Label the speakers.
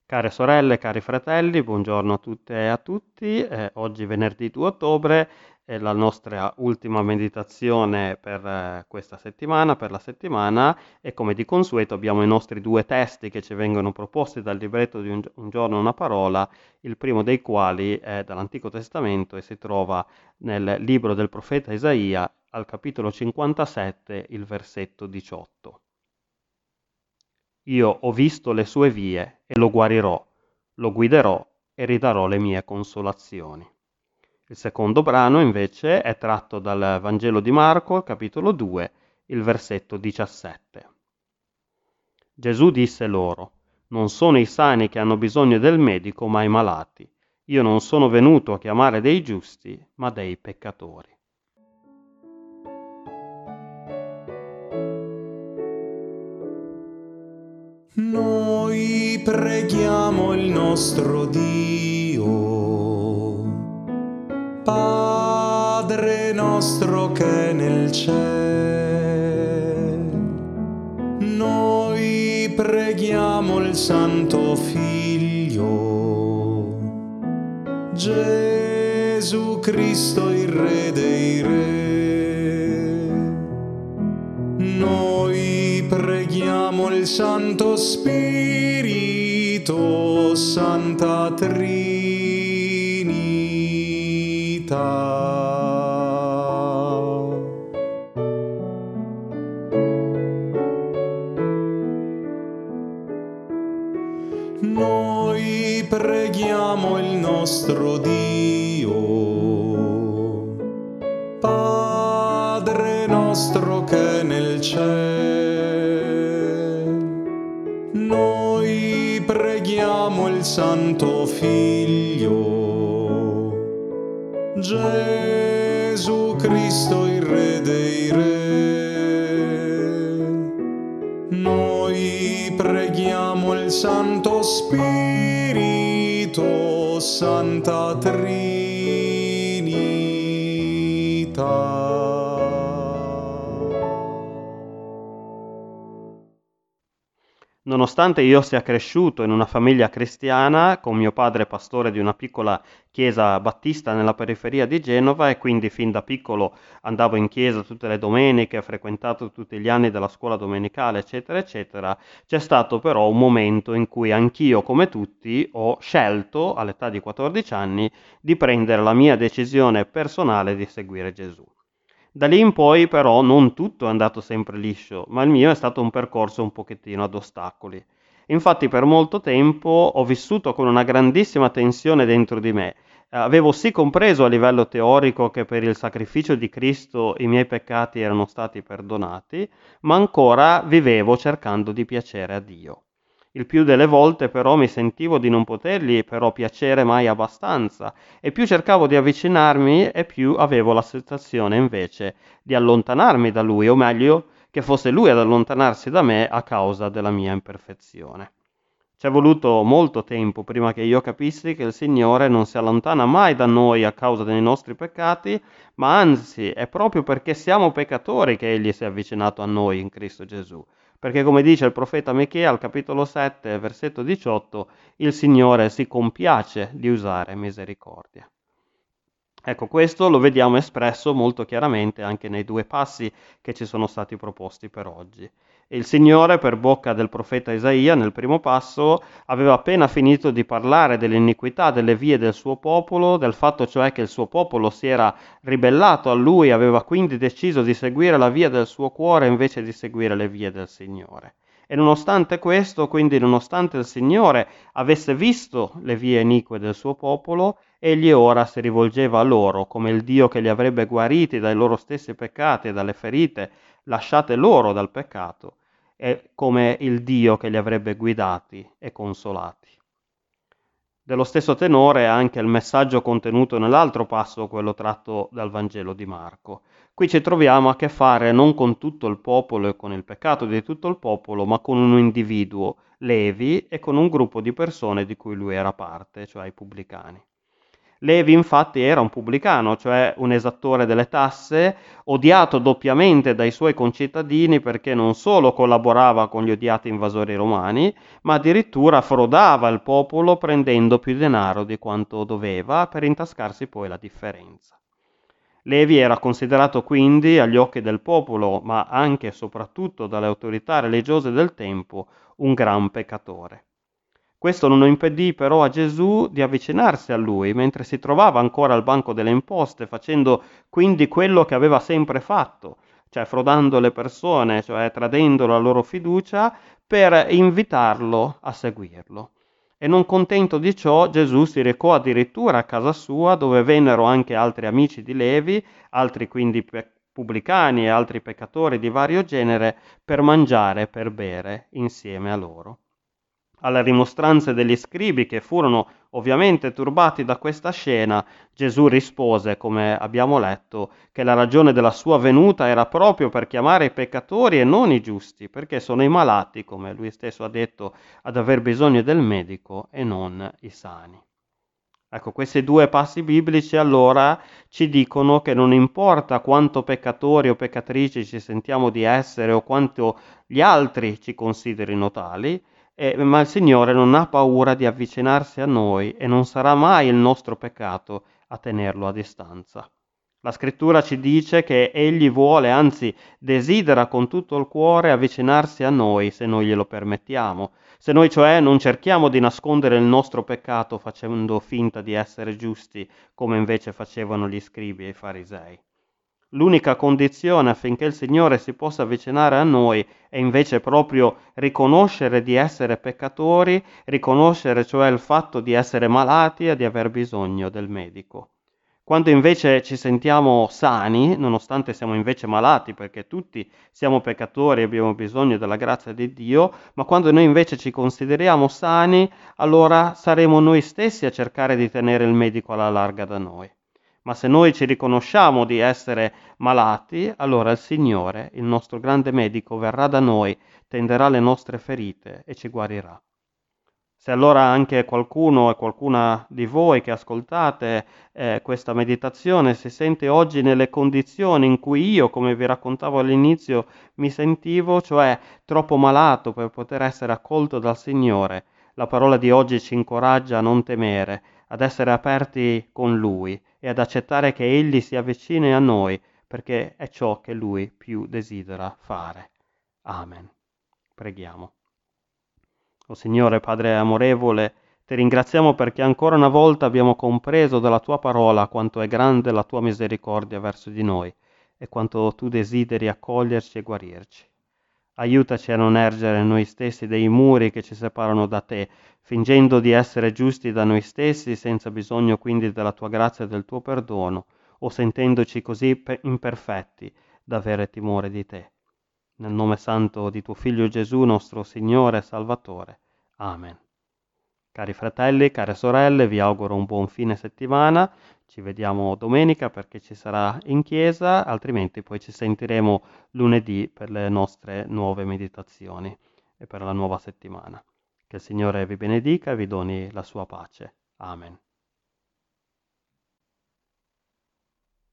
Speaker 1: Care sorelle, cari fratelli, buongiorno a tutte e a tutti. Oggi venerdì 2 ottobre è la nostra ultima meditazione per questa settimana, per la settimana, e come di consueto abbiamo i nostri due testi che ci vengono proposti dal libretto di Un giorno una parola, il primo dei quali è dall'Antico Testamento e si trova nel libro del profeta Isaia al capitolo 57, il versetto 18. Io ho visto le sue vie e lo guarirò, lo guiderò e ridarò le mie consolazioni. Il secondo brano invece è tratto dal Vangelo di Marco, capitolo 2, il versetto 17. Gesù disse loro: Non sono i sani che hanno bisogno del medico, ma i malati. Io non sono venuto a chiamare dei giusti, ma dei peccatori.
Speaker 2: Noi preghiamo il nostro Dio, Padre nostro che è nel cielo. Noi preghiamo il Santo Figlio, Gesù Cristo, il Re dei Re. Noi preghiamo il Santo Spirito, Santa Trinità. Noi preghiamo il nostro Dio, Padre nostro che è nel cielo. Noi preghiamo il Santo Figlio, Gesù Cristo, il Re dei Re. Noi preghiamo il Santo Spirito, Santa Trinità.
Speaker 1: Nonostante io sia cresciuto in una famiglia cristiana, con mio padre pastore di una piccola chiesa battista nella periferia di Genova, e quindi fin da piccolo andavo in chiesa tutte le domeniche, ho frequentato tutti gli anni della scuola domenicale, eccetera, eccetera, c'è stato però un momento in cui anch'io, come tutti, ho scelto, all'età di 14 anni, di prendere la mia decisione personale di seguire Gesù. Da lì in poi però non tutto è andato sempre liscio, ma il mio è stato un percorso un pochettino ad ostacoli. Infatti per molto tempo ho vissuto con una grandissima tensione dentro di me. Avevo sì compreso a livello teorico che per il sacrificio di Cristo i miei peccati erano stati perdonati, ma ancora vivevo cercando di piacere a Dio. Il più delle volte però mi sentivo di non potergli però piacere mai abbastanza, e più cercavo di avvicinarmi e più avevo la sensazione invece di allontanarmi da lui, o meglio, che fosse lui ad allontanarsi da me a causa della mia imperfezione. Ci è voluto molto tempo prima che io capissi che il Signore non si allontana mai da noi a causa dei nostri peccati, ma anzi è proprio perché siamo peccatori che Egli si è avvicinato a noi in Cristo Gesù. Perché come dice il profeta Michea al capitolo 7, versetto 18, il Signore si compiace di usare misericordia. Ecco, questo lo vediamo espresso molto chiaramente anche nei due passi che ci sono stati proposti per oggi. Il Signore, per bocca del profeta Isaia, nel primo passo, aveva appena finito di parlare dell'iniquità delle vie del suo popolo, del fatto cioè che il suo popolo si era ribellato a lui, aveva quindi deciso di seguire la via del suo cuore invece di seguire le vie del Signore. E nonostante questo, quindi nonostante il Signore avesse visto le vie inique del suo popolo, egli ora si rivolgeva a loro come il Dio che li avrebbe guariti dai loro stessi peccati e dalle ferite lasciate loro dal peccato, e come il Dio che li avrebbe guidati e consolati. Dello stesso tenore è anche il messaggio contenuto nell'altro passo, quello tratto dal Vangelo di Marco. Qui ci troviamo a che fare non con tutto il popolo e con il peccato di tutto il popolo, ma con un individuo, Levi, e con un gruppo di persone di cui lui era parte, cioè i pubblicani. Levi infatti era un pubblicano, cioè un esattore delle tasse, odiato doppiamente dai suoi concittadini perché non solo collaborava con gli odiati invasori romani, ma addirittura frodava il popolo prendendo più denaro di quanto doveva per intascarsi poi la differenza. Levi era considerato quindi agli occhi del popolo, ma anche e soprattutto dalle autorità religiose del tempo, un gran peccatore. Questo non impedì però a Gesù di avvicinarsi a lui mentre si trovava ancora al banco delle imposte, facendo quindi quello che aveva sempre fatto, cioè frodando le persone, cioè tradendo la loro fiducia per invitarlo a seguirlo. E non contento di ciò, Gesù si recò addirittura a casa sua, dove vennero anche altri amici di Levi, altri quindi pubblicani e altri peccatori di vario genere, per mangiare e per bere insieme a loro. Alle rimostranze degli scribi, che furono ovviamente turbati da questa scena, Gesù rispose, come abbiamo letto, che la ragione della sua venuta era proprio per chiamare i peccatori e non i giusti, perché sono i malati, come lui stesso ha detto, ad aver bisogno del medico e non i sani. Ecco, questi due passi biblici allora ci dicono che non importa quanto peccatori o peccatrici ci sentiamo di essere o quanto gli altri ci considerino tali, ma il Signore non ha paura di avvicinarsi a noi e non sarà mai il nostro peccato a tenerlo a distanza. La scrittura ci dice che Egli vuole, anzi desidera con tutto il cuore avvicinarsi a noi se noi glielo permettiamo, se noi cioè non cerchiamo di nascondere il nostro peccato facendo finta di essere giusti, come invece facevano gli scribi e i farisei. L'unica condizione affinché il Signore si possa avvicinare a noi è invece proprio riconoscere di essere peccatori, riconoscere cioè il fatto di essere malati e di aver bisogno del medico. Quando invece ci sentiamo sani, nonostante siamo invece malati, perché tutti siamo peccatori e abbiamo bisogno della grazia di Dio, ma quando noi invece ci consideriamo sani, allora saremo noi stessi a cercare di tenere il medico alla larga da noi. Ma se noi ci riconosciamo di essere malati, allora il Signore, il nostro grande medico, verrà da noi, tenderà le nostre ferite e ci guarirà. Se allora anche qualcuno e qualcuna di voi che ascoltate questa meditazione si sente oggi nelle condizioni in cui io, come vi raccontavo all'inizio, mi sentivo, cioè troppo malato per poter essere accolto dal Signore, la parola di oggi ci incoraggia a non temere, ad essere aperti con Lui e ad accettare che Egli si avvicini a noi, perché è ciò che Lui più desidera fare. Amen. Preghiamo. O Signore Padre amorevole, ti ringraziamo perché ancora una volta abbiamo compreso dalla tua parola quanto è grande la tua misericordia verso di noi e quanto tu desideri accoglierci e guarirci. Aiutaci a non ergere noi stessi dei muri che ci separano da te, fingendo di essere giusti da noi stessi senza bisogno quindi della tua grazia e del tuo perdono, o sentendoci così imperfetti da avere timore di te. Nel nome santo di tuo Figlio Gesù, nostro Signore e Salvatore. Amen. Cari fratelli, care sorelle, vi auguro un buon fine settimana. Ci vediamo domenica perché ci sarà in chiesa, altrimenti poi ci sentiremo lunedì per le nostre nuove meditazioni e per la nuova settimana. Che il Signore vi benedica e vi doni la sua pace. Amen.